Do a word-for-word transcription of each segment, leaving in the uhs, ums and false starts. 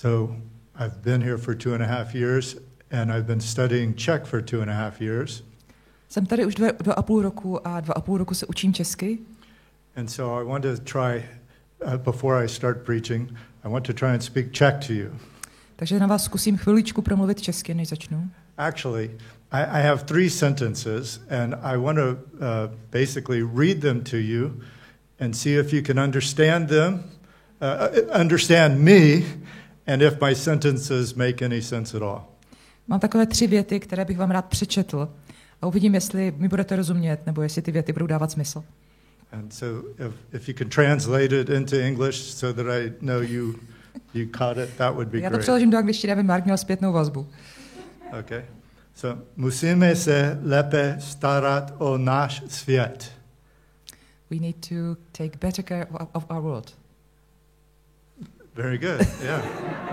So I've been here for two and a half years, and I've been studying Czech for two and a half years. Jsem tady už dvě, dva a půl roku a dva a půl roku se učím česky. And so I want to try, uh, before I start preaching, I want to try and speak Czech to you. Takže na vás zkusím chviličku promluvit česky, než začnu. Actually, I, I have three sentences, and I want to uh, basically read them to you and see if you can understand them, uh, understand me, and if my sentences make any sense at all. Mám takové tři věty, které bych vám rád přečetl a uvidím, jestli mi budete rozumět, nebo jestli ty věty budou dávat smysl. And so if, if you can translate it into English so that I know you you caught it, that would be Já to great. přeložím do angličtiny, aby Mark měl zpětnou vazbu. Okay. So musíme se lépe starat o náš svět. We need to take better care of, of our world. Very good. Yeah.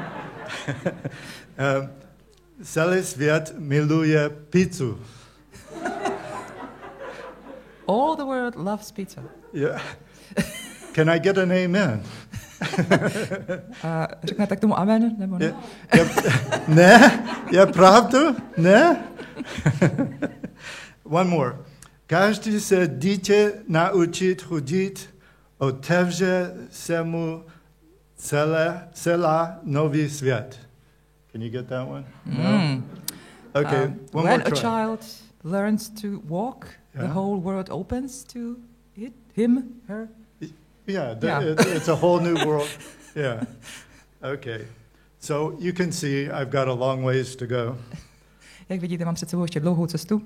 um, celý svět miluje pizzu. All the world loves pizza. Yeah. Can I get an amen? A řeknete k tomu amen, nebo ne? Je, je, ne? Je pravdu? Ne? One more. Každý se dítě naučit chodit, otevře se mu celé, celá nový svět. Can you get that one? Mm. No? Okay, Um, one when more a try. child learns to walk, Yeah. the whole world opens to it, him, her. Yeah, the, Yeah. It, it's a whole new world. Yeah. Okay. So you can see I've got a long ways to go. Jak vidíte, mám před sebou ještě dlouhou cestu.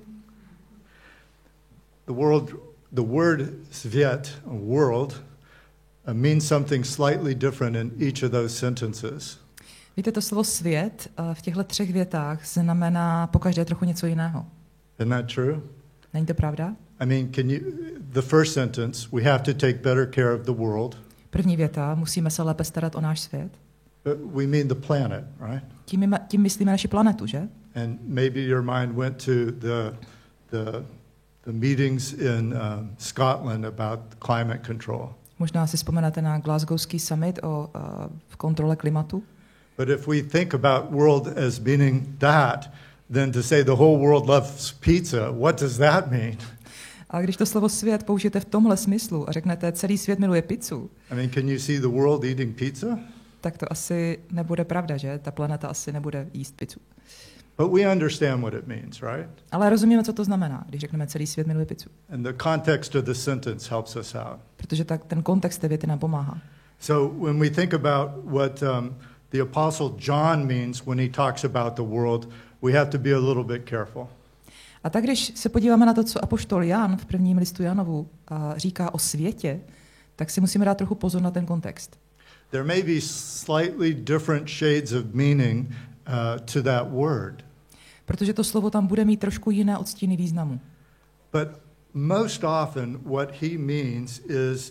The world, the word svět, world, uh, means something slightly different in each of those sentences. Víte, to slovo svět uh, v těchto třech větách znamená pokaždé trochu něco jiného. Isn't that true? Není to pravda? I mean, can you, the first sentence, we have to take better care of the world. První věta, musíme se lépe starat o náš svět. Uh, we mean the planet, right? Tím, tím myslíme naši planetu, že? And maybe your mind went to the, the, the meetings in um, Scotland about climate control. Možná si vzpomenete na Glasgowský summit o uh, kontrole klimatu. But if we think about world as meaning that, then to say the whole world loves pizza, what does that mean? A když to slovo svět použijete v tomhle smyslu a řeknete, celý svět miluje pizzu, I mean, can you see the world eating pizza? tak to asi nebude pravda, že? Ta planeta asi nebude jíst pizzu. But we understand what it means, right? Ale rozumíme, co to znamená, když řekneme, celý svět miluje pizzu. And the context of the sentence helps us out. Protože tak ten kontext té věty nám pomáhá. So when we think about what um, the Apostle John means when he talks about the world, we have to be a little bit careful. A tak když se podíváme na to, co apoštol Jan v prvním listu Janovu a říká o světě, tak si musíme dát trochu pozor na ten kontext. There may be slightly different shades of meaning uh, to that word. Protože to slovo tam bude mít trošku jiné odstíny významu. But most often what he means is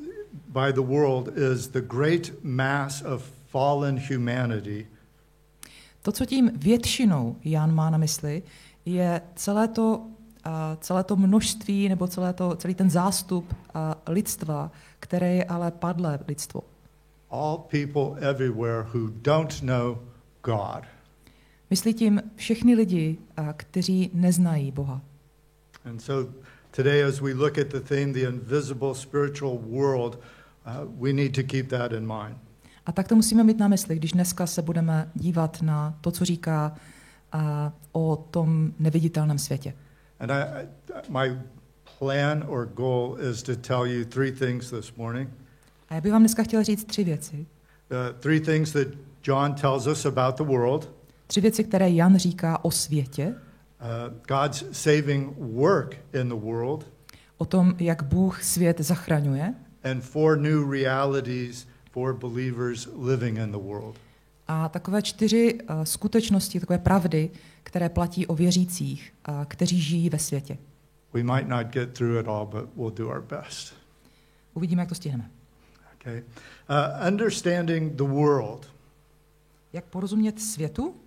by the world is the great mass of fallen humanity. To, co tím většinou Jan má na mysli, je celé to, uh, celé to množství nebo celé to, celý ten zástup uh, lidstva, které je ale padlé lidstvo. All people everywhere who don't know God. Myslí tím všechny lidi, uh, kteří neznají Boha. And so today as we look at the theme, the invisible spiritual world, uh, we need to keep that in mind. A tak to musíme mít na mysli, když dneska se budeme dívat na to, co říká uh, o tom neviditelném světě. And I, I, my plan or goal is to tell you three things this morning. A já bych vám dneska chtěla říct tři věci. The three things that John tells us about the world. Tři věci, které Jan říká o světě. Uh, God's saving work in the world. O tom, jak Bůh svět zachraňuje. And four new realities for believers living in the world. A takové čtyři uh, skutečnosti, takové pravdy, které platí o věřících, uh, kteří žijí ve světě. We might not get through it all, but we'll do our best. Uvidíme, jak to stihneme. Okay. Uh, understanding the world. Jak porozumět světu? Uh,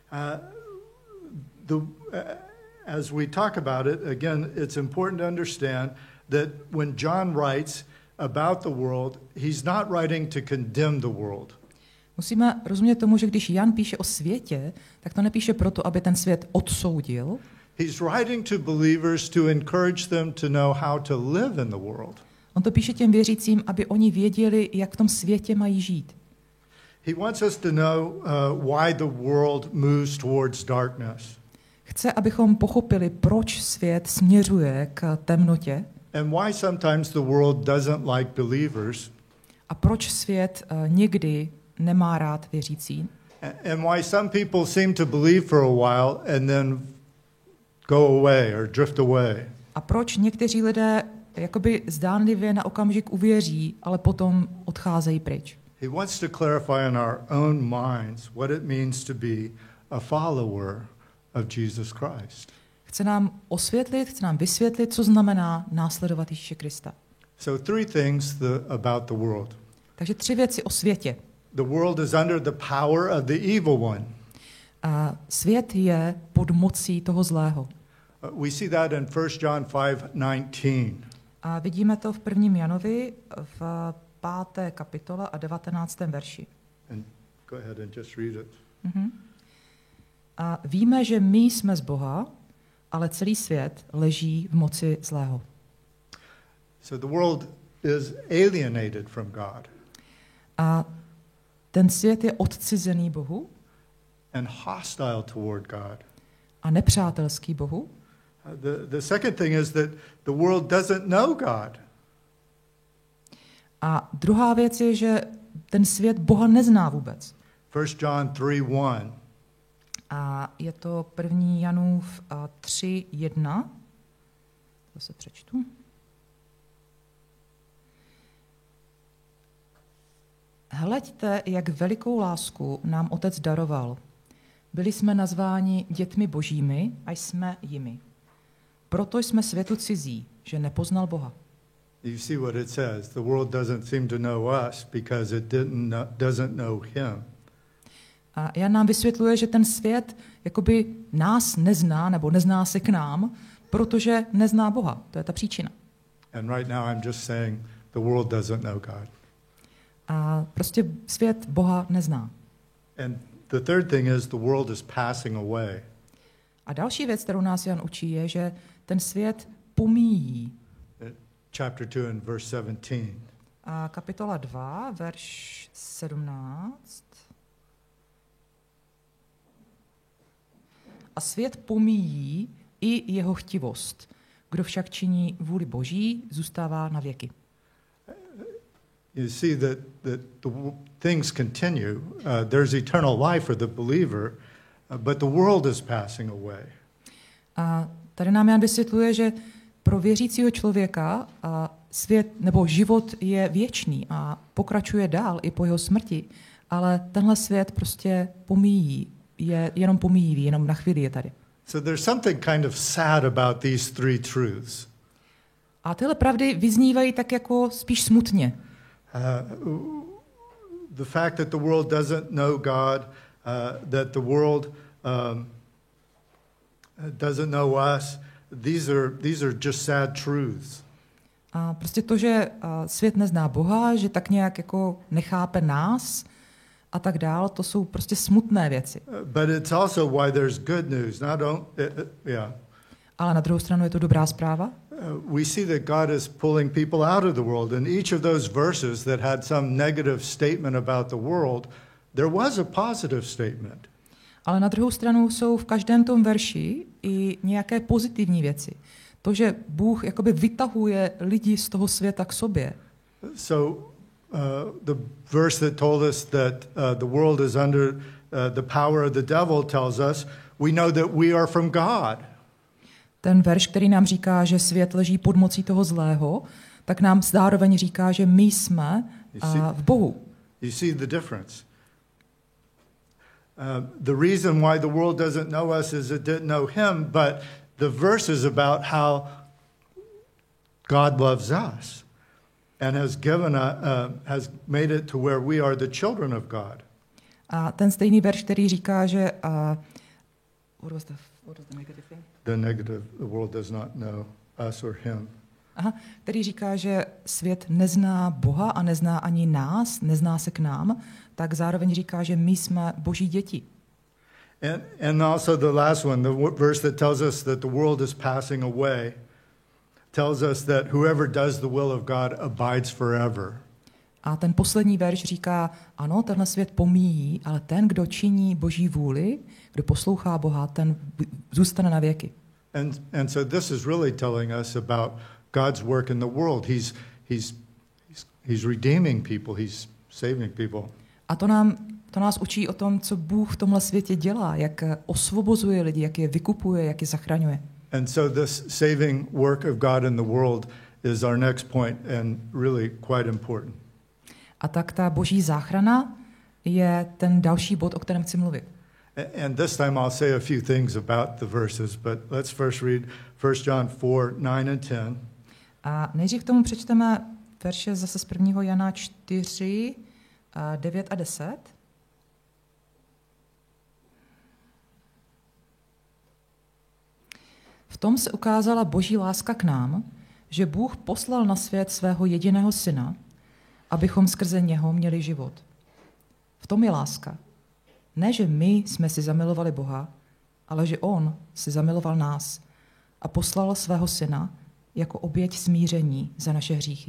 the, uh, as we talk about it, again, it's important to understand that when John writes about the world, he's not writing to condemn the world. Musíme rozumět tomu, že když Jan píše o světě, tak to nepíše proto, aby ten svět odsoudil. He's writing to believers to encourage them to know how to live in the world. On to píše těm věřícím, aby oni věděli, jak v tom světě mají žít. He wants us to know uh, why the world moves towards darkness. Chce, abychom pochopili, proč svět směřuje k temnotě. And why sometimes the world doesn't like believers. A proč svět uh, někdy nemá rád věřící. And why some people seem to believe for a while and then go away or drift away. A proč někteří lidé jakoby zdánlivě na okamžik uvěří, ale potom odcházejí pryč. He wants to clarify in our own minds what it means to be a follower of Jesus Christ. Chce nám osvětlit, chce nám vysvětlit, co znamená následovat Ježíše Krista. So three things the, about the world. Takže tři věci o světě. The world is under the power of the evil one. A svět je pod mocí toho zlého. Uh, we see that in First John five nineteen. A vidíme to v prvním Janovi v páté kapitole a devatenáctém verši. And go ahead and just read it. Uh-huh. A víme, že my jsme z Boha, ale celý svět leží v moci zlého. So the world is alienated from God. A ten svět je odcizený Bohu And hostile toward God. a nepřátelský Bohu. Uh, the, the second thing is that the world doesn't know God. A druhá věc je, že ten svět Boha nezná vůbec. First John three one. A je to první Janův tři jedna. To se přečtu. Hleďte, jak velikou lásku nám Otec daroval. Byli jsme nazváni dětmi božími a jsme jimi. Proto jsme světu cizí, že nepoznal Boha. You see what it says. The world doesn't seem to know us because it didn't know, doesn't know him. A Jan nám vysvětluje, že ten svět jakoby nás nezná, nebo nezná se k nám, protože nezná Boha. To je ta příčina. And right now I'm just saying the world doesn't know God. A prostě svět Boha nezná. And the third thing is the world is passing away. A další věc, kterou nás Jan učí, je, že ten svět pomíjí. Chapter two and verse seventeen. A kapitola dva, verš sedmnáct. A svět pomíjí i jeho chtivost. Kdo však činí vůli Boží, zůstává na věky. You see that, that the w- things continue. Uh, there's eternal life for the believer, uh, but the world is passing away. A tady nám Jan vysvětluje, že pro věřícího člověka a svět nebo život je věčný a pokračuje dál i po jeho smrti, ale tenhle svět prostě pomíjí, je jenom pomíjivý, jenom na chvíli je tady. So there's something kind of sad about these three truths. A tyhle pravdy vyznívají tak jako spíš smutně. Uh, the fact that the world doesn't know God, uh, that the world um, doesn't know us, these are these are just sad truths. A prostě to, že svět nezná Boha, že tak nějak jako nechápe nás a tak dál, to jsou prostě smutné věci. Uh, but it's also why there's good news. Not on, uh, uh, yeah. Ale na druhou stranu je to dobrá zpráva. Uh, we see that God is pulling people out of the world. In each of those verses that had some negative statement about the world, there was a positive statement. Ale na druhou stranu jsou v každém tom verši i nějaké pozitivní věci. To, že Bůh jakoby vytahuje lidi z toho světa k sobě. So uh, the verse that told us that uh, the world is under uh, the power of the devil tells us we know that we are from God. Ten verš, který nám říká, že svět leží pod mocí toho zlého, tak nám zároveň říká, že my jsme uh, v Bohu. You see the difference. Uh, the reason why the world doesn't know us is it didn't know him, but the verse is about how God loves us and has given a, uh, has made it to where we are the children of God. A ten stejný verš, který říká, že uh, what was the, what was the negative thing? The negative, the world does not know us or him. Aha, který říká, že svět nezná Boha a nezná ani nás, nezná se k nám, tak zároveň říká, že my jsme Boží děti. And, and also the last one, the w- verse that tells us that the world is passing away, tells us that whoever does the will of God abides forever. A ten poslední verš říká, ano, tenhle svět pomíjí, ale ten, kdo činí Boží vůli, kdo poslouchá Boha, ten zůstane na věky. And, and so this is really telling us about God's work in the world. He's, he's, he's, he's redeeming people. He's saving people. A to, nám, to nás učí o tom, co Bůh v tomhle světě dělá, jak osvobozuje lidi, jak je vykupuje, jak je zachraňuje. And so this saving work of God in the world is our next point and really quite important. A tak ta Boží záchrana je ten další bod, o kterém chci mluvit. And this time I'll say a few things about the verses, but let's first read First John four, nine and ten. A nejdřív k tomu přečteme verše zase z prvního Jana čtyři, devět a deset. V tom se ukázala Boží láska k nám, že Bůh poslal na svět svého jediného syna, abychom skrze něho měli život. V tom je láska. Ne, že my jsme si zamilovali Boha, ale že on si zamiloval nás a poslal svého syna jako oběť smíření za naše hříchy.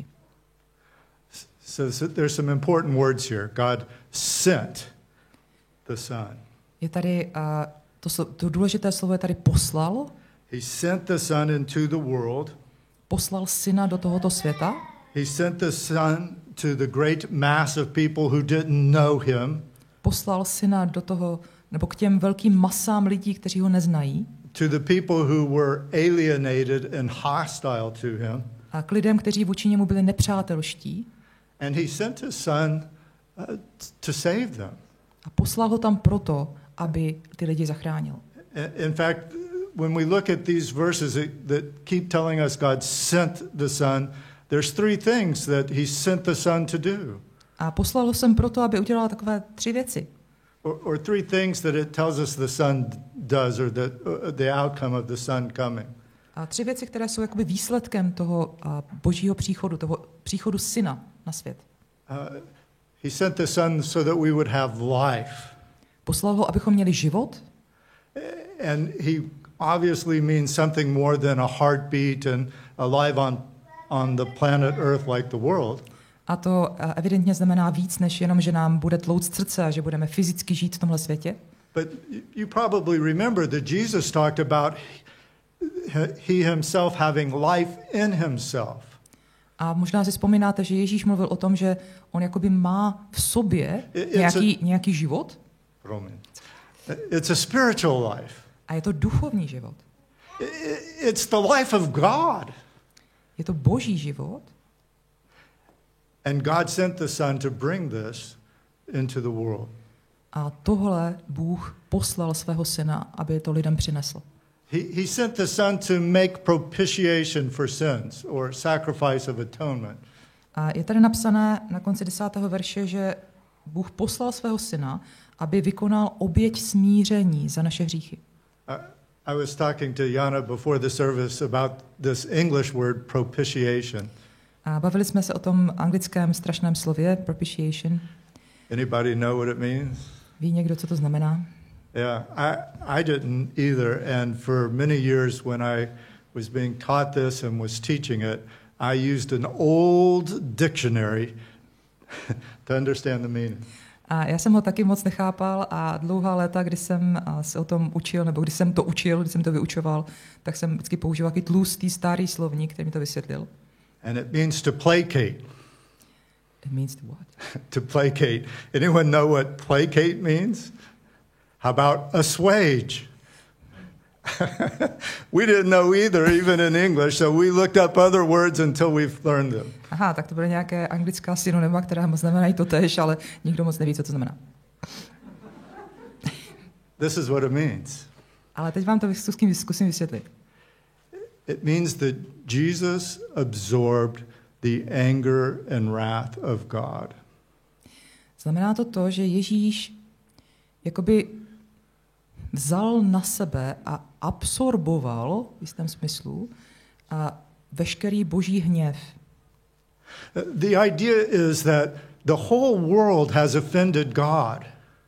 So, so there's some important words here. God sent the Son. Je tady, uh, to, slo- to důležité slovo je tady poslal, He sent the Son into the world. poslal syna do tohoto světa, He sent the Son to the great mass of people who didn't know him, poslal syna do toho, nebo k těm velkým masám lidí, kteří ho neznají, to the people who were alienated and hostile to him. a k lidem, kteří vůči němu byli nepřátelští, And he sent his Son uh, t- to save them. a poslal ho tam proto, aby ty lidi zachránil. I- In fact, when we look at these verses that that keep telling us God sent the Son, there's three things that he sent the Son to do, A poslal ho sem proto, aby udělal takové tři věci. or, or three things that it tells us the Son does, or the, uh, the outcome of the Son coming. A tři věci, které jsou jakoby výsledkem toho a, božího příchodu, toho příchodu syna na svět. Uh, he sent the Son so that we would have life. Poslal ho, abychom měli život, And he obviously means something more than a heartbeat and alive on, on the planet Earth like the world. a to a, evidentně znamená víc, než jenom, že nám bude tlouct srdce a že budeme fyzicky žít v tomhle světě. But you probably remember that Jesus talked about he himself having life in himself. A možná si vzpomínáte, že Ježíš mluvil o tom, že on jakoby má v sobě It's a- nějaký, nějaký život Roman. It's a spiritual life. a je to duchovní život. I- It's the life of God. Je to boží život And God sent the Son to bring this into the world. a tohle Bůh poslal svého syna, aby to lidem přinesl. He, he sent the Son to make propitiation for sins, or sacrifice of atonement. A je tady napsané na konci desátého verše, že Bůh poslal svého syna, aby vykonal oběť smíření za naše hříchy. I, I was talking to Jana before the service about this English word propitiation. A bavili jsme se o tom anglickém strašném slově propitiation. Anybody know what it means? Ví někdo, co to znamená? Yeah, I, I didn't either. And for many years when I was being taught this and was teaching it, I used an old dictionary to understand the meaning. A já jsem ho taky moc nechápal a dlouhá léta, kdy jsem a, se o tom učil, nebo když jsem to učil, když jsem to vyučoval, tak jsem vždycky používal takový tlustý starý slovník, který mi to vysvětlil. And it means to placate. It means to what? To placate. Anyone know what placate means? How about assuage? We didn't know either, even in English, so we looked up other words until we've learned them. Aha, tak to byly nějaké anglická synonyma, která znamenají to též, ale nikdo moc neví, co to znamená. This is what it means. Ale teď vám to zkusím, zkusím vysvětlit. It means that Jesus absorbed the anger and wrath of God. Znamená to to, že Ježíš jakoby vzal na sebe a absorboval v jistém smyslu a veškerý boží hněv. The idea is that the whole world has offended God.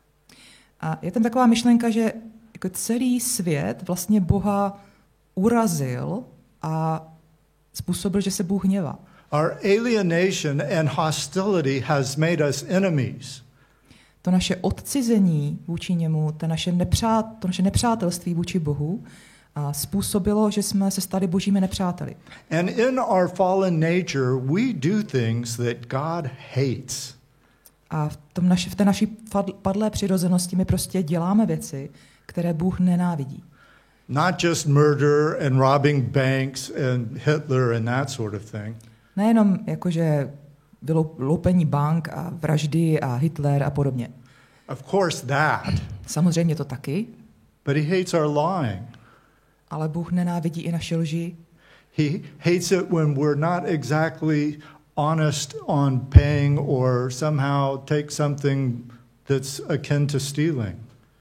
A je tam taková myšlenka, že jako celý svět vlastně Boha urazil a způsobil, že se Bůh hněvá. Our alienation and hostility has made us enemies. To naše odcizení vůči němu, to naše, nepřát, to naše nepřátelství vůči Bohu a způsobilo, že jsme se stali božími nepřáteli. And in our fallen nature, we do things that God hates. A v, tom naši, v té naší padlé přirozenosti my prostě děláme věci, které Bůh nenávidí. Not just murder and robbing banks and Hitler and that sort of thing. Nejenom jakože loupení bank a vraždy a Hitler a podobně. Of course that. Samozřejmě to taky. But he hates our lying. Ale Bůh nenávidí i naše lži. He hates it when we're not exactly honest on paying or somehow take something that's akin to stealing.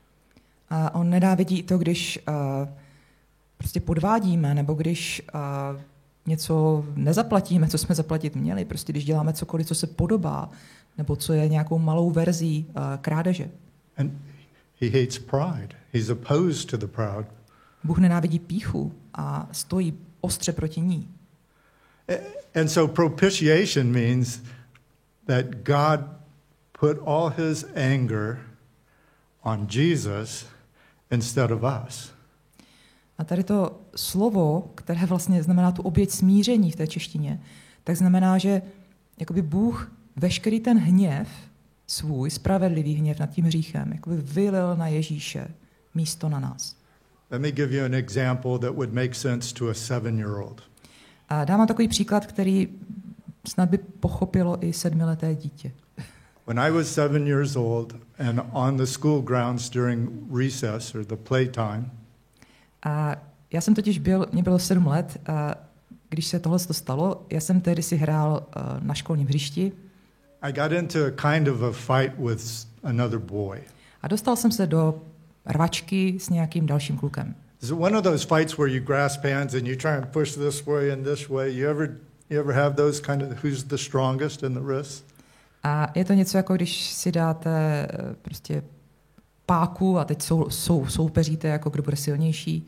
A on nenávidí to, když uh, prostě podvádíme, nebo když uh, něco nezaplatíme, co jsme zaplatit měli. Prostě když děláme cokoliv, co se podobá, nebo co je nějakou malou verzí uh, krádeže. And he hates pride. He's opposed to the proud. Bůh nenávidí pýchu a stojí ostře proti ní. And so propitiation means that God put all his anger on Jesus instead of us. A tady to slovo, které vlastně znamená tu oběť smíření v té češtině, tak znamená, že jakoby Bůh veškerý ten hněv, svůj spravedlivý hněv nad tím hříchem, jakoby vylil na Ježíše místo na nás. Let me give you an example that would make sense to a seven-year-old. A dám vám takový příklad, který snad by pochopilo i sedmileté dítě. When I was seven years old and on the school grounds during recess or the playtime, a já jsem totiž byl, mě bylo sedm let, a když se tohle stalo, já jsem tehdy si hrál na školním hřišti. I got into a kind of a fight with another boy. A dostal jsem se do rvačky s nějakým dalším klukem. Is it one of those fights where you grasp hands and you try and push this way and this way? You ever you ever have those kind of who's the strongest in the wrist? A je to něco jako když si dáte prostě páku a teď sou, sou, soupeříte, jako kdo bude silnější.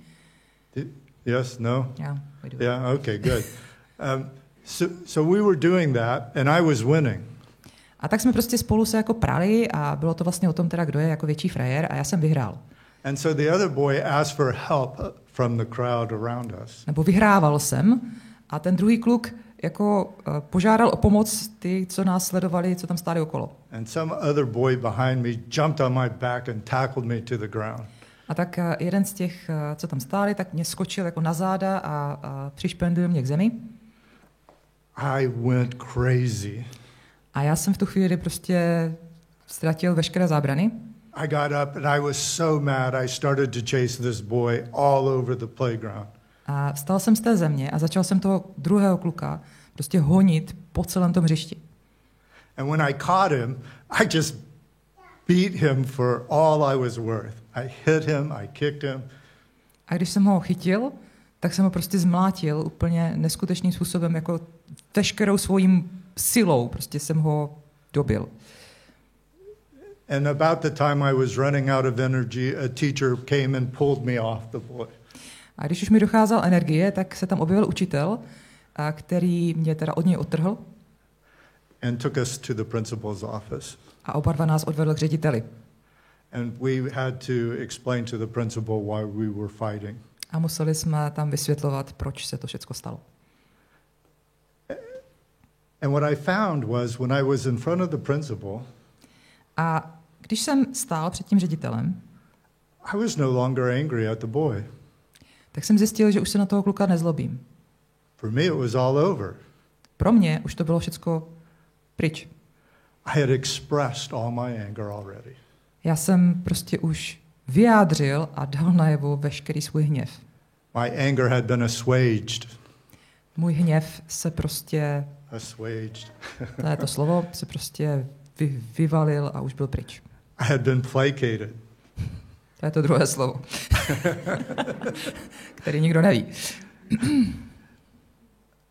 Yes, no? Yeah, we do. Yeah, okay, good. Um, so, so we were doing that and I was winning. A tak jsme prostě spolu se jako prali a bylo to vlastně o tom teda, kdo je jako větší frajer a já jsem vyhrál. And so the other boy asked for help from the crowd around us. Nebo vyhrával jsem a ten druhý kluk jako uh, požádal o pomoc ty, co nás sledovali, co tam stáli okolo. And some other boy behind me jumped on my back and tackled me to the ground. A tak uh, jeden z těch, uh, co tam stáli, tak mě skočil jako na záda a uh, přišpendil mě k zemi. I went crazy. A já jsem v tu chvíli prostě ztratil veškeré zábrany. I got up and I was so mad I started to chase this boy all over the playground. A vstal jsem z té země a začal jsem toho druhého kluka prostě honit po celém tom hřišti. And when I caught him, I just beat him for all I was worth. I hit him, I kicked him. A když jsem ho chytil, tak jsem ho prostě zmlátil úplně neskutečným způsobem, jako veškerou svojí silou, prostě jsem ho dobil. And about the time I was running out of energy, a teacher came and pulled me off the boy. A když už mi docházela energie, tak se tam objevil učitel, a který mě teda od něj odtrhl. And took us to the principal's office. A oba dva nás odvedl k řediteli. And we had to explain to the principal why we were fighting. A museli jsme tam vysvětlovat, proč se to všechno stalo. And what I found was when I was in front of the principal, a když jsem stál před tím ředitelem, I was no longer angry at the boy. tak jsem zjistil, že už se na toho kluka nezlobím. For me it was all over. Pro mě už to bylo všecko pryč. I had expressed all my anger already. Já jsem prostě už vyjádřil a dal najevo veškerý svůj hněv. My anger had been assuaged. Můj hněv se prostě, Assuaged. to je to slovo, se prostě vy, vyvalil a už byl pryč. I had been placated. To je to druhé slovo, který nikdo neví.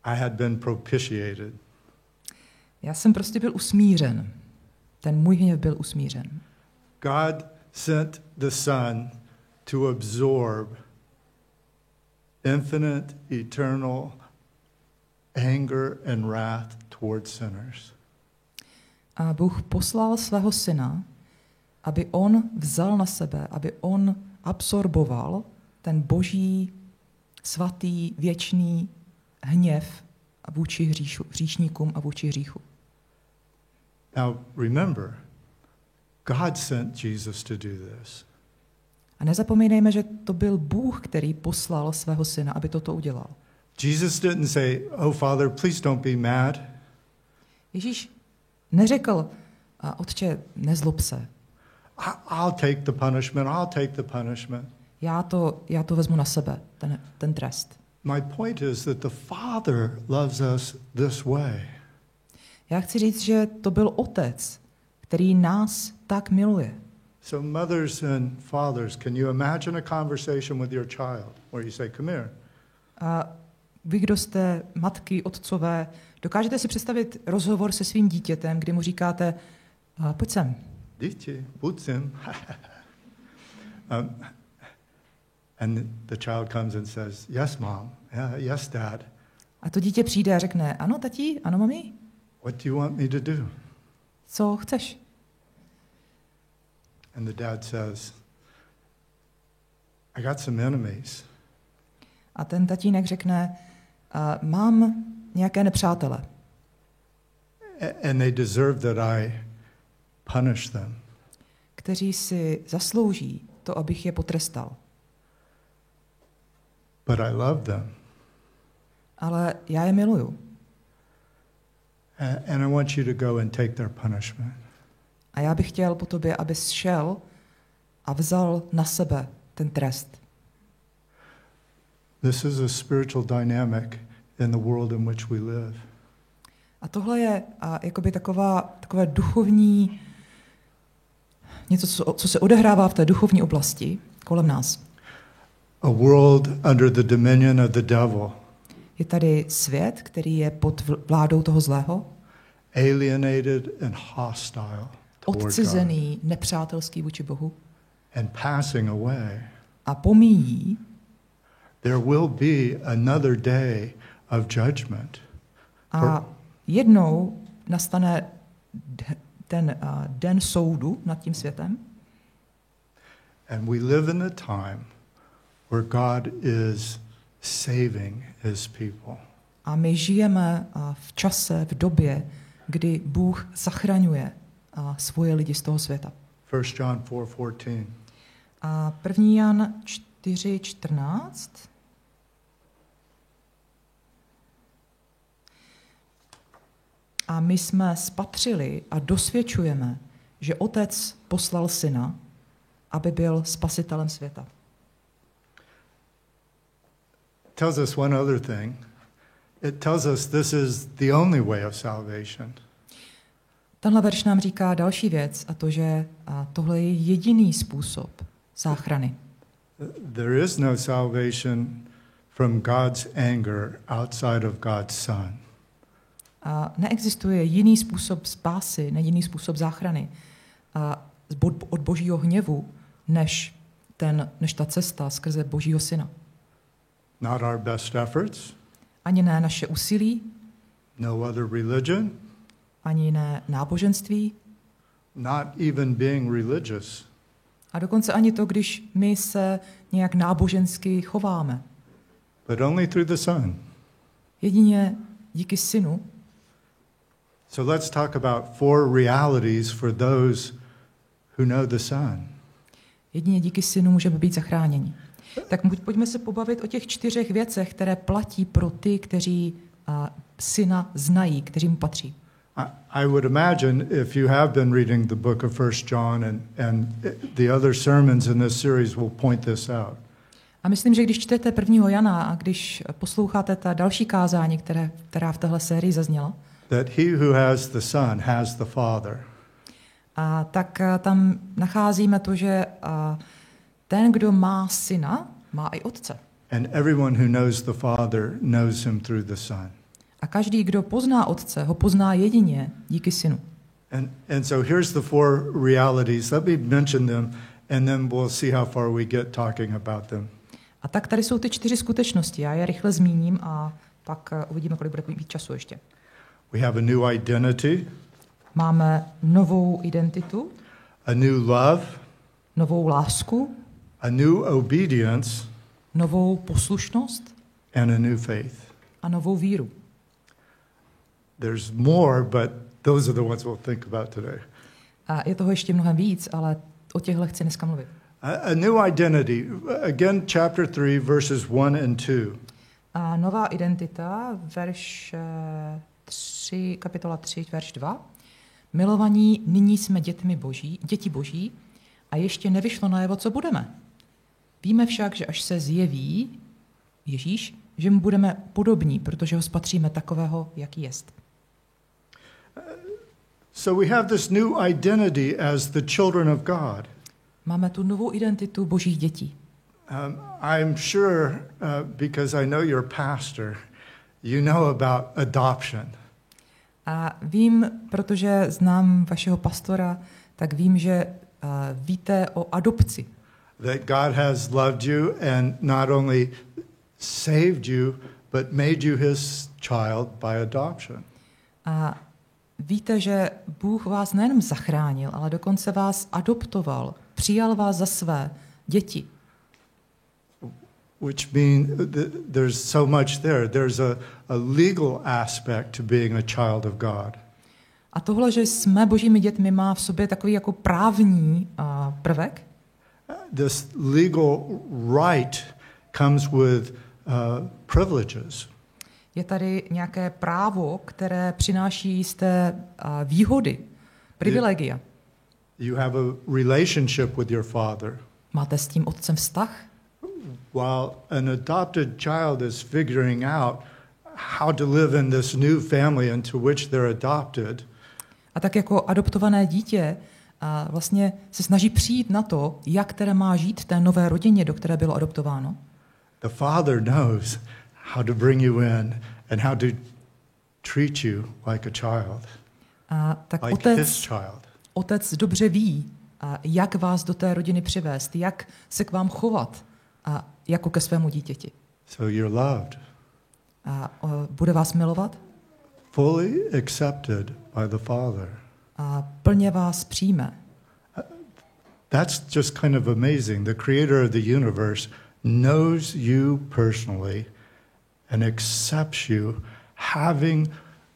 I had been propitiated. Já jsem prostě byl usmířen. Ten můj hněv byl usmířen. God sent the Son to absorb infinite, eternal anger and wrath towards sinners. A Bůh poslal svého syna, aby on vzal na sebe, aby on absorboval ten boží, svatý, věčný hněv vůči hříšu, hříšníkům a vůči hříchu. Now remember, God sent Jesus to do this. A nezapomínejme, že to byl Bůh, který poslal svého syna, aby toto udělal. Jesus didn't say, "Oh Father, please don't be mad." Ježíš neřekl, Otče, nezlob se. I'll take the punishment. I'll take the punishment. Já to, já to vezmu na sebe, ten, ten trest. My point is that the Father loves us this way. Já chci říct, že to byl Otec, který nás tak miluje. So mothers and fathers, can you imagine a conversation with your child where you say, "Come here." A vy, kdo jste matky, otcové, dokážete si představit rozhovor se svým dítětem, kdy mu říkáte, pojď sem. Dítě, pojď sem. um, and the child comes and says, "Yes, mom. Yeah, yes, dad." A to dítě přijde a řekne, ano, tati, ano, mami. What do you want me to do? Co chceš? And the dad says, "I got some enemies." A ten tatínek řekne, mám nějaké nepřátele. And they deserve that I punish them. Kteří si zaslouží to, abych je potrestal. But I love them. Ale já je miluju. And I want you to go and take their punishment. A já bych chtěl po tobě, abys šel a vzal na sebe ten trest. This is a spiritual dynamic in the world in which we live. A tohle je a, jakoby taková, takové duchovní, něco, co, co se odehrává v té duchovní oblasti kolem nás. A world under the dominion of the devil. Je tady svět, který je pod vládou toho zlého. Alienated and hostile. Odcizený, nepřátelský vůči Bohu. And passing away. A pomíjí. There will be another day of judgment. A jednou nastane ten uh, den soudu nad tím světem. And we live in a time where God is saving his people. A my žijeme uh, v čase, v době, kdy Bůh zachraňuje uh, svoje lidi z toho světa. First John four fourteen. A první Jan čtyři čtrnáct. A my jsme spatřili a dosvědčujeme, že Otec poslal Syna, aby byl spasitelem světa. Tells us one other thing. It tells us this is the only way of salvation. Tenhle verš nám říká další věc, a to, že a tohle je jediný způsob záchrany. There is no salvation from God's anger outside of God's Son. A neexistuje jiný způsob spásy, ne jiný způsob záchrany a od Božího hněvu, než, ten, než ta cesta skrze Božího Syna. Not our best efforts. Ani ne naše úsilí. No other religion. Ani ne náboženství. Not even being religious. A dokonce ani to, když my se nějak nábožensky chováme. But only through the Son. Jedině díky Synu. So let's talk about four realities for those who know the Son. Jedině díky Synu můžeme být zachráněni. Tak pojďme se pobavit o těch čtyřech věcech, které platí pro ty, kteří uh, Syna znají, kteří mu patří. I, I would imagine if you have been reading the book of First John and, and the other sermons in this series will point this out. A myslím, že když čtete prvního Jana a když posloucháte ta další kázání, které, která v téhle sérii zazněla, that he who has the Son has the Father. A tak tam nacházíme to, že a, ten, kdo má Syna, má i Otce. And everyone who knows the Father knows him through the Son. A každý, kdo pozná Otce, ho pozná jedině díky Synu. And, and so here's the four realities. Let me mention them, and then we'll see how far we get talking about them. A tak tady jsou ty čtyři skutečnosti. Já je rychle zmíním a pak uvidíme, kolik bude mít času ještě. We have a new identity, Máme novou identitu, a new love, novou lásku, a new obedience, novou poslušnost and a new faith. a novou víru. There's more, but those are the ones we'll think about today. A je toho ještě mnohem víc, ale o těchto chci dneska mluvit. A, a new identity. Again, chapter three, verses one and two. A nová identita, verš tři, kapitola tři, verš dva. Milovaní, nyní jsme dětmi boží, děti boží a ještě nevyšlo najevo, co budeme. Víme však, že až se zjeví Ježíš, že mu budeme podobní, protože ho spatříme takového, jaký jest. So we have this new identity as the children of God. Máme tu novou identitu božích dětí. Um, I'm sure, uh, because I know your pastor, you know about adoption. A vím, protože znám vašeho pastora, tak vím, že uh, víte o adopci. That God has loved you and not only saved you, but made you his child by adoption. A víte, že Bůh vás nejenom zachránil, ale dokonce vás adoptoval, přijal vás za své děti. Which means there's so much there. There's a, a legal aspect to being a child of God. A tohle, že jsme božími dětmi, má v sobě takový jako právní uh, prvek. This legal right comes with uh, privileges. Je tady nějaké právo, které přináší jisté uh, výhody, privilegia. You have a relationship with your father. Máte s tím otcem vztah? While an adopted child is figuring out how to live in this new family into which they're adopted, a tak jako adoptované dítě a vlastně se snaží přijít na to, jak které má žít v té nové rodině, do které bylo adoptováno. The father knows how to bring you in and how to treat you like a child, A tak like otec, his child. otec dobře ví, a jak vás do té rodiny přivést, jak se k vám chovat a jako ke svému dítěti. So you're loved, A o, bude vás milovat fully accepted by the Father. a plně vás přijme. That's just kind of amazing. The creator of the universe knows you personally and accepts you, having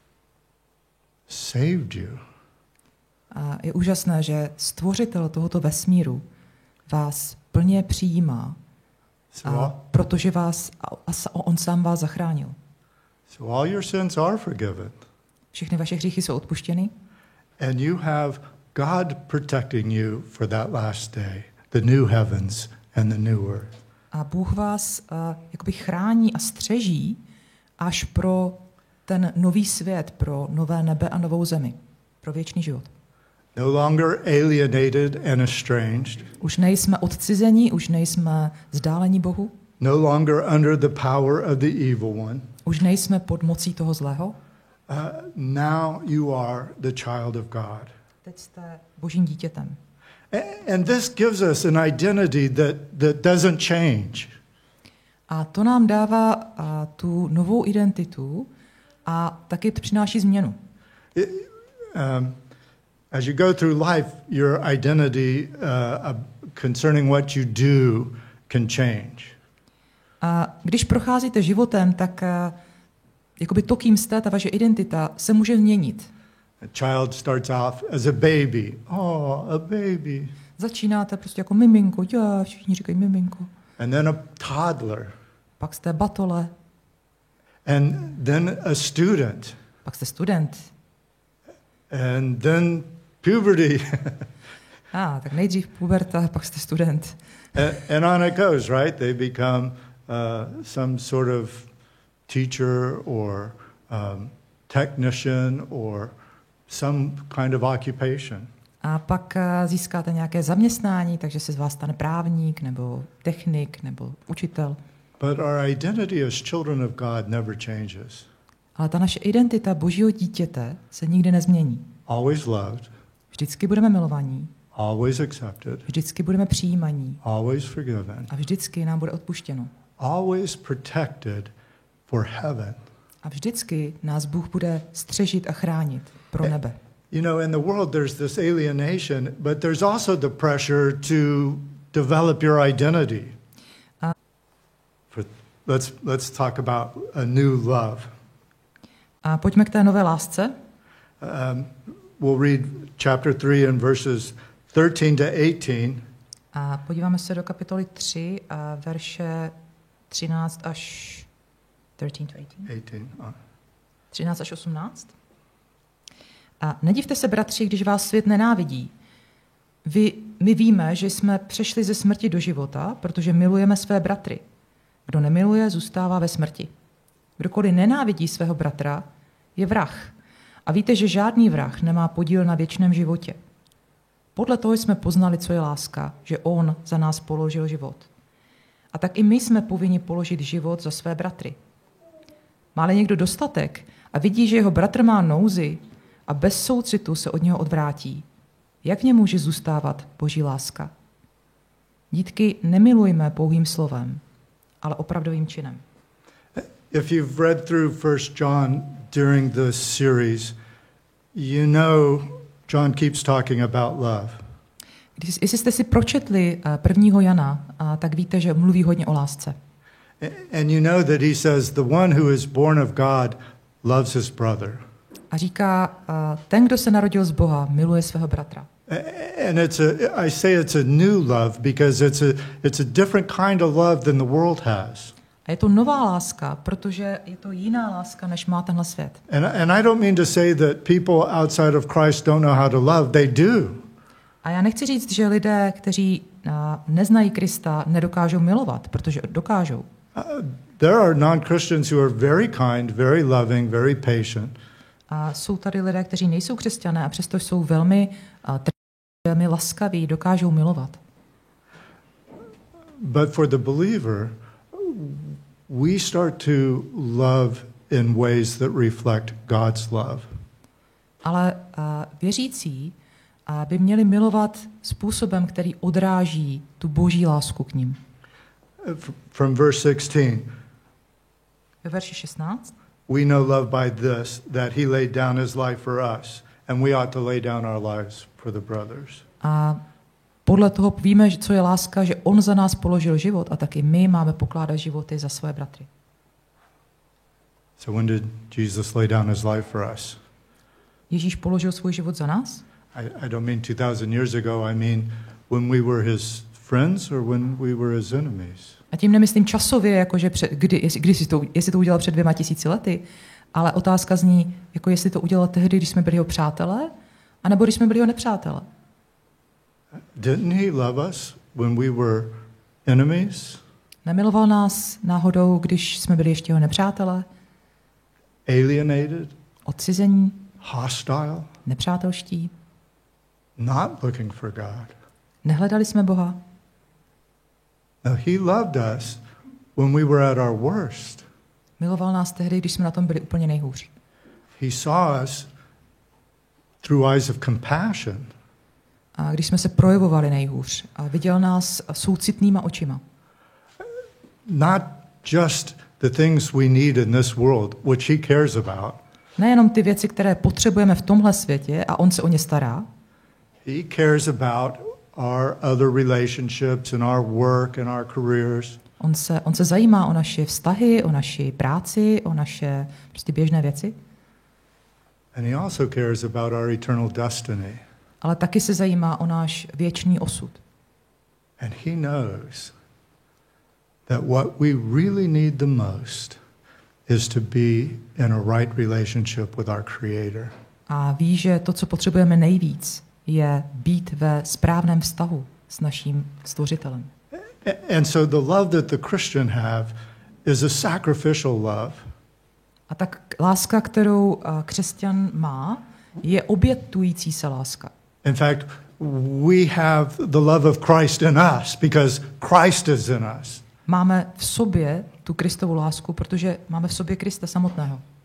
saved you. A je úžasné, že stvořitel tohoto vesmíru vás plně přijímá, a protože vás, a, a on sám vás zachránil. So all your sins are forgiven. Všechny vaše hříchy jsou odpuštěny. And you have God protecting you for that last day, the new heavens and the new earth. A Bůh vás uh, jakoby chrání a střeží až pro ten nový svět, pro nové nebe a novou zemi, pro věčný život. No longer alienated and estranged. Už nejsme odcizení, už nejsme vzdálení Bohu. No longer under the power of the evil one. Už nejsme pod mocí toho zlého. Uh, now you are the child of God. Teď jste božím dítětem. And this gives us an identity that, that doesn't change. A to nám dává uh, tu novou identitu a taky přináší změnu. It, um, as you go through life, your identity uh, concerning what you do can change. A když procházíte životem, tak uh, jakoby to, kým jste, ta vaše identita se může změnit. A child starts off as a baby. Oh, a baby. Začínáte prostě jako miminko, já, všichni říkají miminko. And then a toddler. Pak jste batole. And then a student. Pak jste student. And then puberty. A ah, tak nejdřív puberta, pak jste student. and, and on it goes, right? They become uh, some sort of teacher or um, technician or some kind of occupation. A pak získáte nějaké zaměstnání, takže se z vás stane právník, nebo technik, nebo učitel. But our identity as children of God never changes. Ale ta naše identita Božího dítěte se nikdy nezmění. always loved, Vždycky budeme milovaní, always accepted, vždycky budeme přijímaní always forgiven, a vždycky nám bude odpuštěno. always protected for heaven. A vždycky nás Bůh bude střežit a chránit pro nebe. You know, in the world there's this alienation, but there's also the pressure to develop your identity. Uh, For, let's, let's talk about a new love. A pojďme k té nové lásce. Um, we'll read chapter three and verses thirteen to eighteen. A podíváme se do kapitoly tři, a verše třináct až třináct to osmnáct. eighteen. Uh. třináct až osmnáct. A nedivte se, bratři, když vás svět nenávidí. Vy, my víme, že jsme přešli ze smrti do života, protože milujeme své bratry. Kdo nemiluje, zůstává ve smrti. Kdokoliv nenávidí svého bratra, je vrah. A víte, že žádný vrah nemá podíl na věčném životě. Podle toho jsme poznali, co je láska, že on za nás položil život. A tak i my jsme povinni položit život za své bratry. Má-li někdo dostatek a vidí, že jeho bratr má nouzi a bez soucitu se od něho odvrátí, jak v něm může zůstávat Boží láska? Dítky, nemilujme pouhým slovem, ale opravdovým činem. If you've read through First John during this series, you know John keeps talking about love. Když, jestli jste si pročetli prvního Jana, tak víte, že mluví hodně o lásce. And you know that he says the one who is born of God loves his brother. A říká, ten, kdo se narodil z Boha, miluje svého bratra. And it's a, I say it's a new love because it's a, it's a different kind of love than the world has. A je to nová láska, protože je to jiná láska, než má tenhle svět. And, and I don't mean to say that people outside of Christ don't know how to love. They do. A já nechci říct, že lidé, kteří uh, neznají Krista, nedokážou milovat, protože dokážou. Uh, there are non-Christians who are very kind, very loving, very patient. A jsou tady lidé, kteří nejsou křesťané a přesto jsou velmi, uh, velmi laskaví, dokážou milovat. But for the believer, we start to love in ways that reflect God's love. Ale uh, věřící uh, by měli milovat způsobem, který odráží tu Boží lásku k nim. From verse sixteen. Ve verši šestnáct. We know love by this, that he laid down his life for us, and we ought to lay down our lives for the brothers. A podle toho víme, co je láska, že on za nás položil život a taky my máme pokládat životy za své bratry. So when did Jesus lay down his life for us? Ježíš položil svůj život za nás? I, I don't mean two thousand years ago, I mean when we were his friends or when we were his enemies. A tím nemyslím časově, jakože před, kdy, kdy si to, jestli to udělal před dvěma tisíci lety, ale otázka zní, jako jestli to udělal tehdy, když jsme byli jeho přátelé, anebo když jsme byli jeho nepřátelé. Didn't he love us when we were enemies? Nemiloval nás náhodou, když jsme byli ještě jeho nepřátelé? Alienated? Odcizení? Hostile? Nepřátelští? Not looking for God. Nehledali jsme Boha? No, he loved us when we were at our worst. Miloval nás tehdy, když jsme na tom byli úplně nejhůř. He saw us through eyes of compassion. A když jsme se projevovali nejhůř a viděl nás soucitnýma očima. Not just the things we need in this world, which he cares about. Nejenom ty věci, které potřebujeme v tomhle světě a on se o ně stará. He cares about our other relationships and our work and our careers. On se, on se zajímá o naše vztahy, o naši práci, o naše prostě běžné věci. And he also cares about our eternal destiny. Ale taky se zajímá o náš věčný osud. And he knows that what we really need the most is to be in a right relationship with our Creator. A ví, že to, co potřebujeme nejvíc, je být ve správném vztahu s naším Stvořitelem. And so the love that the Christian have is a sacrificial love. A tak láska, kterou křesťan má, je obětující se láska. In fact, we have the love of Christ in us because Christ is in us. Máme v sobě tu Kristovu lásku, protože máme v sobě Krista samotného.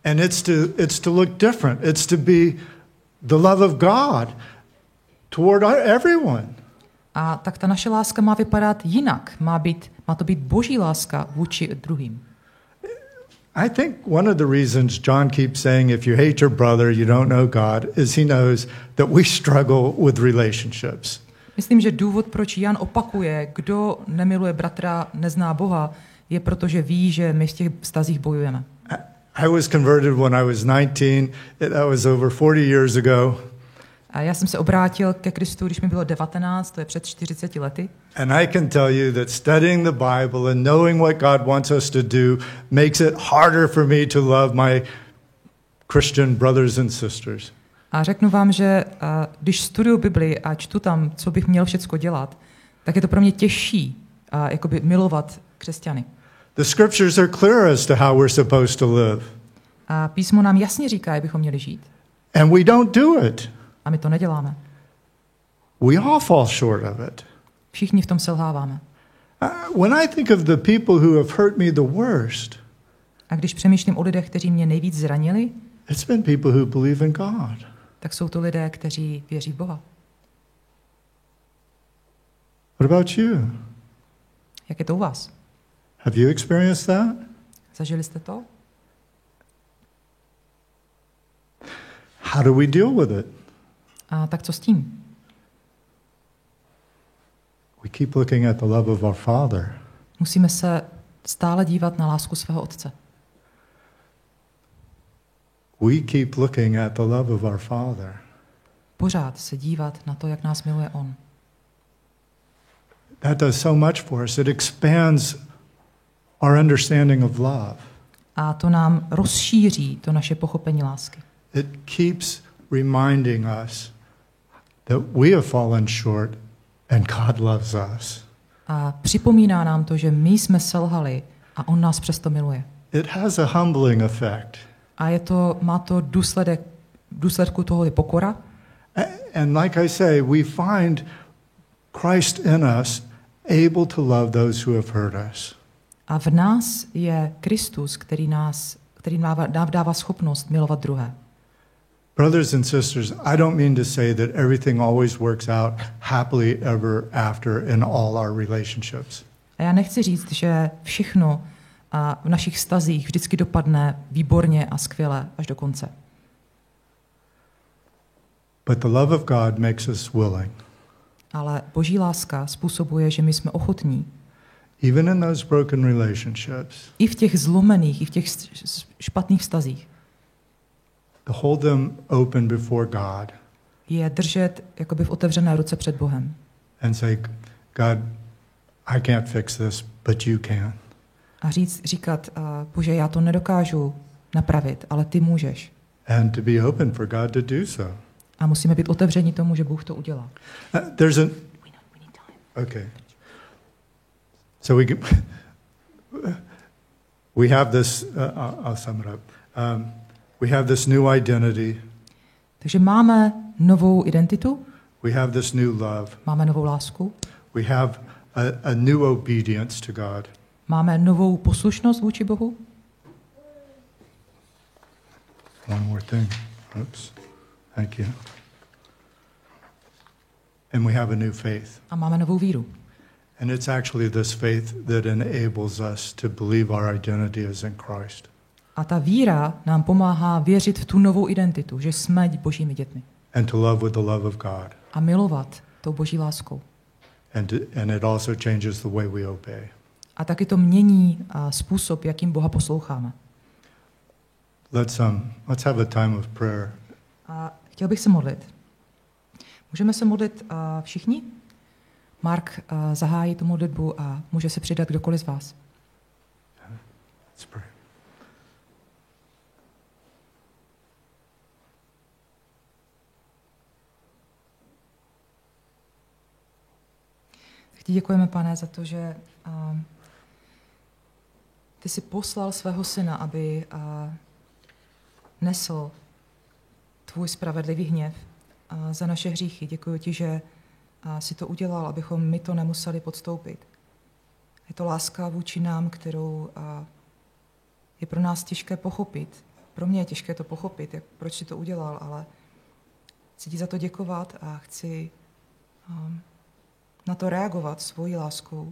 And it's to, it's to look different. It's to be the love of God toward everyone. A tak ta naše láska má vypadat jinak. Má, být, má to být boží láska vůči druhým. I think one of the reasons John keeps saying, if you hate your brother, you don't know God, is he knows that we struggle with relationships. Myslím, že důvod, proč Jan opakuje, kdo nemiluje bratra, nezná Boha, je proto, že ví, že my v těch vztazích bojujeme. I was converted when I was nineteen. That was over forty years ago. A já jsem se obrátil ke Kristu, když mi bylo devatenáct, to je před čtyřiceti lety. And I can tell you that studying the Bible and knowing what God wants us to do makes it harder for me to love my Christian brothers and sisters. A řeknu vám, že a, když studuju Bibli a čtu tam, co bych měl všecko dělat, tak je to pro mě těžší a, jakoby milovat křesťany. The scriptures are clear as to how we're supposed to live. A písmo nám jasně říká, jak bychom měli žít. And we don't do it. A my to neděláme. We all fall short of it. Všichni v tom selháváme. Uh, when I think of the people who have hurt me the worst, A když přemýšlím o lidech, kteří mě nejvíc zranili, it's been people who believe in God. tak jsou to lidé, kteří věří v Boha. What about you? Jak je to u vás? Have you experienced that? Zažili jste to? How do we deal with it? A tak co s tím? We keep looking at the love of our Father. Musíme se stále dívat na lásku svého Otce. We keep looking at the love of our Father. Pořád se dívat na to, jak nás miluje On. That does so much for us. It expands our understanding of love. A to nám rozšíří to naše pochopení lásky. It keeps reminding us that we have fallen short and God loves us. A připomíná nám to, že my jsme selhali a On nás přesto miluje. It has a humbling effect. A je to, má to důsledek, důsledku toho je pokora. And like I say, we find Christ in us able to love those who have hurt us. A v nás je Kristus, který nás, který nám dává schopnost milovat druhé. Brothers and sisters, I don't mean to say that everything always works out happily ever after in all our relationships. A já nechci říct, že všechno a v našich vztazích vždycky dopadne výborně a skvěle až do konce. But the love of God makes us willing. Ale Boží láska způsobuje, že my jsme ochotní. Even in those broken relationships. I v těch zlomených, i v těch špatných vztazích. To hold them open before God. Je držet jakoby v otevřené ruce před Bohem. And say, God, I can't fix this, but you can. A říct, říkat, uh, Bože, já to nedokážu napravit, ale ty můžeš. And to be open for God to do so. A musíme být otevřeni tomu, že Bůh to udělá. Uh, there's a Okay. So we we have this uh, I'll, I'll sum it up. Um, we have this new identity. Takže máme novou identitu, We have this new love. máme novou lásku, We have a, a new obedience to God. máme novou poslušnost vůči Bohu. One more thing. Oops. Thank you. And we have a new faith. A máme novou víru. And it's actually this faith that enables us to believe our identity is in Christ. A ta víra nám pomáhá věřit v tu novou identitu, že jsme Božími dětmi. And to love with the love of God. A milovat tou Boží láskou. And to, and it also changes the way we obey. A taky to mění a, způsob, jakým Boha posloucháme. Let's um let's have a time of prayer. A chtěl bych se modlit. Můžeme se modlit uh, všichni? Mark uh, zahájí tu modlitbu a může se přidat kdokoliv z vás. Let's pray. Tak ti děkujeme, Pane, za to, že uh, ty jsi poslal svého syna, aby uh, nesl tvůj spravedlivý hněv uh, za naše hříchy. Děkuji ti, že uh, jsi to udělal, abychom my to nemuseli podstoupit. Je to láska vůči nám, kterou uh, je pro nás těžké pochopit, pro mě je těžké to pochopit, jak, proč si to udělal, ale chci ti za to děkovat a chci um, na to reagovat svojí láskou.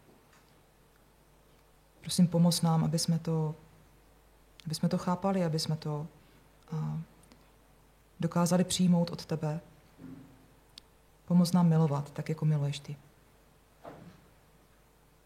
Prosím, pomoz nám, aby jsme to, aby jsme to chápali, aby jsme to uh, dokázali přijmout od tebe. Pomoz nám milovat, tak jako miluješ ty.